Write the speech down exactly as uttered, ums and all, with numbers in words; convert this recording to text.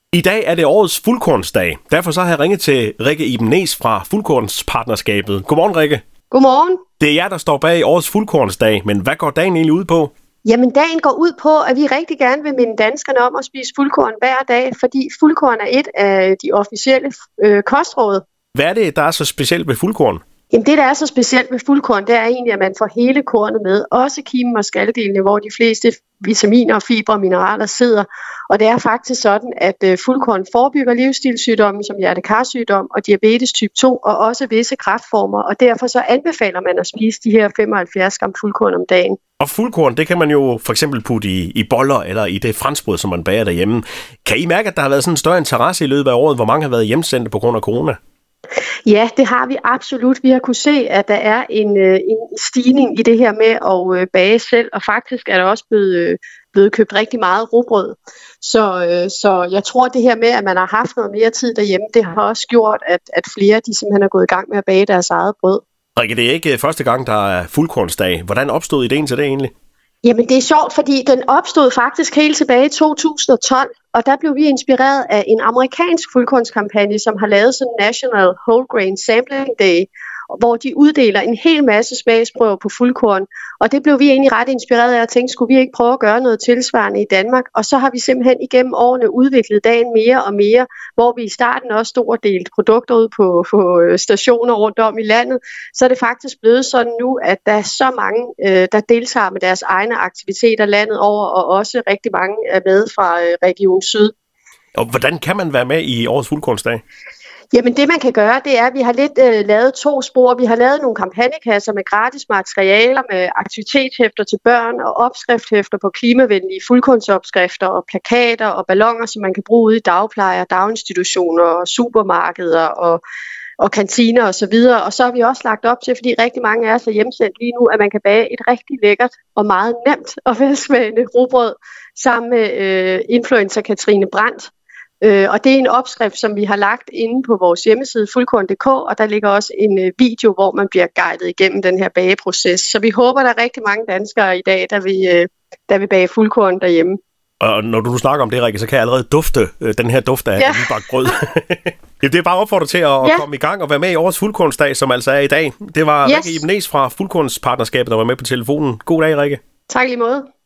I dag er det årets fuldkornsdag. Derfor så har jeg ringet til Rikke Iben Nees fra Fuldkornspartnerskabet. Godmorgen, Rikke. Godmorgen. Det er jer, der står bag årets fuldkornsdag, men hvad går dagen egentlig ud på? Jamen, dagen går ud på, at vi rigtig gerne vil minde danskerne om at spise fuldkorn hver dag, fordi fuldkorn er et af de officielle øh, kostråd. Hvad er det, der er så specielt ved fuldkorn? Jamen, det, der er så specielt ved fuldkorn, det er egentlig, at man får hele kornet med, også kimen og skaldelene, hvor de fleste vitaminer, fibre og mineraler sidder. Og det er faktisk sådan, at øh, fuldkorn forebygger livsstilssygdomme som hjertekarsygdom og diabetes type to, og også visse kræftformer. Og derfor så anbefaler man at spise de her femoghalvfjerds gram fuldkorn om dagen. Og fuldkorn, det kan man jo for eksempel putte i, i boller eller i det franskbrød, som man bager derhjemme. Kan I mærke, at der har været sådan en større interesse i løbet af året, hvor mange har været hjemsendte på grund af corona? Ja, det har vi absolut. Vi har kunne se, at der er en, en stigning i det her med at bage selv, og faktisk er der også blevet, blevet købt rigtig meget rugbrød. Så, så jeg tror, at det her med, at man har haft noget mere tid derhjemme, det har også gjort, at, at flere de simpelthen er gået i gang med at bage deres eget brød. Rikke, det er ikke første gang, der er fuldkornsdag. Hvordan opstod ideen til det egentlig? Jamen, det er sjovt, fordi den opstod faktisk helt tilbage i to tusind og tolv, og der blev vi inspireret af en amerikansk fuldkornskampagne, som har lavet sådan en National Whole Grain Sampling Day, hvor de uddeler en hel masse smagsprøver på fuldkorn. Og det blev vi egentlig ret inspireret af at tænke, skulle vi ikke prøve at gøre noget tilsvarende i Danmark? Og så har vi simpelthen igennem årene udviklet dagen mere og mere, hvor vi i starten også stod og delte produkter ud på, på stationer rundt om i landet. Så er det faktisk blevet sådan nu, at der er så mange, øh, der deltager med deres egne aktiviteter landet over, og også rigtig mange er med fra øh, Region Syd. Og hvordan kan man være med i årets fuldkornsdag? Jamen det man kan gøre, det er, at vi har lidt øh, lavet to spor. Vi har lavet nogle kampagnekasser med gratis materialer, med aktivitetshæfter til børn og opskrifthæfter på klimavenlige fuldkornsopskrifter og plakater og balloner, som man kan bruge ude i dagplejer, daginstitutioner og supermarkeder og, og kantiner og så videre. Og så har vi også lagt op til, fordi rigtig mange af os er hjemsendt lige nu, at man kan bage et rigtig lækkert og meget nemt og velsmagende rugbrød sammen med øh, influencer Katrine Brandt. Øh, og det er en opskrift, som vi har lagt inde på vores hjemmeside fuldkorn punktum d k, og der ligger også en øh, video, hvor man bliver guidet igennem den her bageproces. Så vi håber, der er rigtig mange danskere i dag, der vil, øh, der vil bage fuldkorn derhjemme. Og når du nu snakker om det, Rikke, så kan jeg allerede dufte øh, den her duft af ja. nybagt brød. Det er bare at opfordre til at, at ja. komme i gang og være med i årets fuldkornsdag, som altså er i dag. Det var yes. Rikke Iben Nees fra Fuldkornspartnerskabet, der var med på telefonen. God dag, Rikke. Tak lige måde.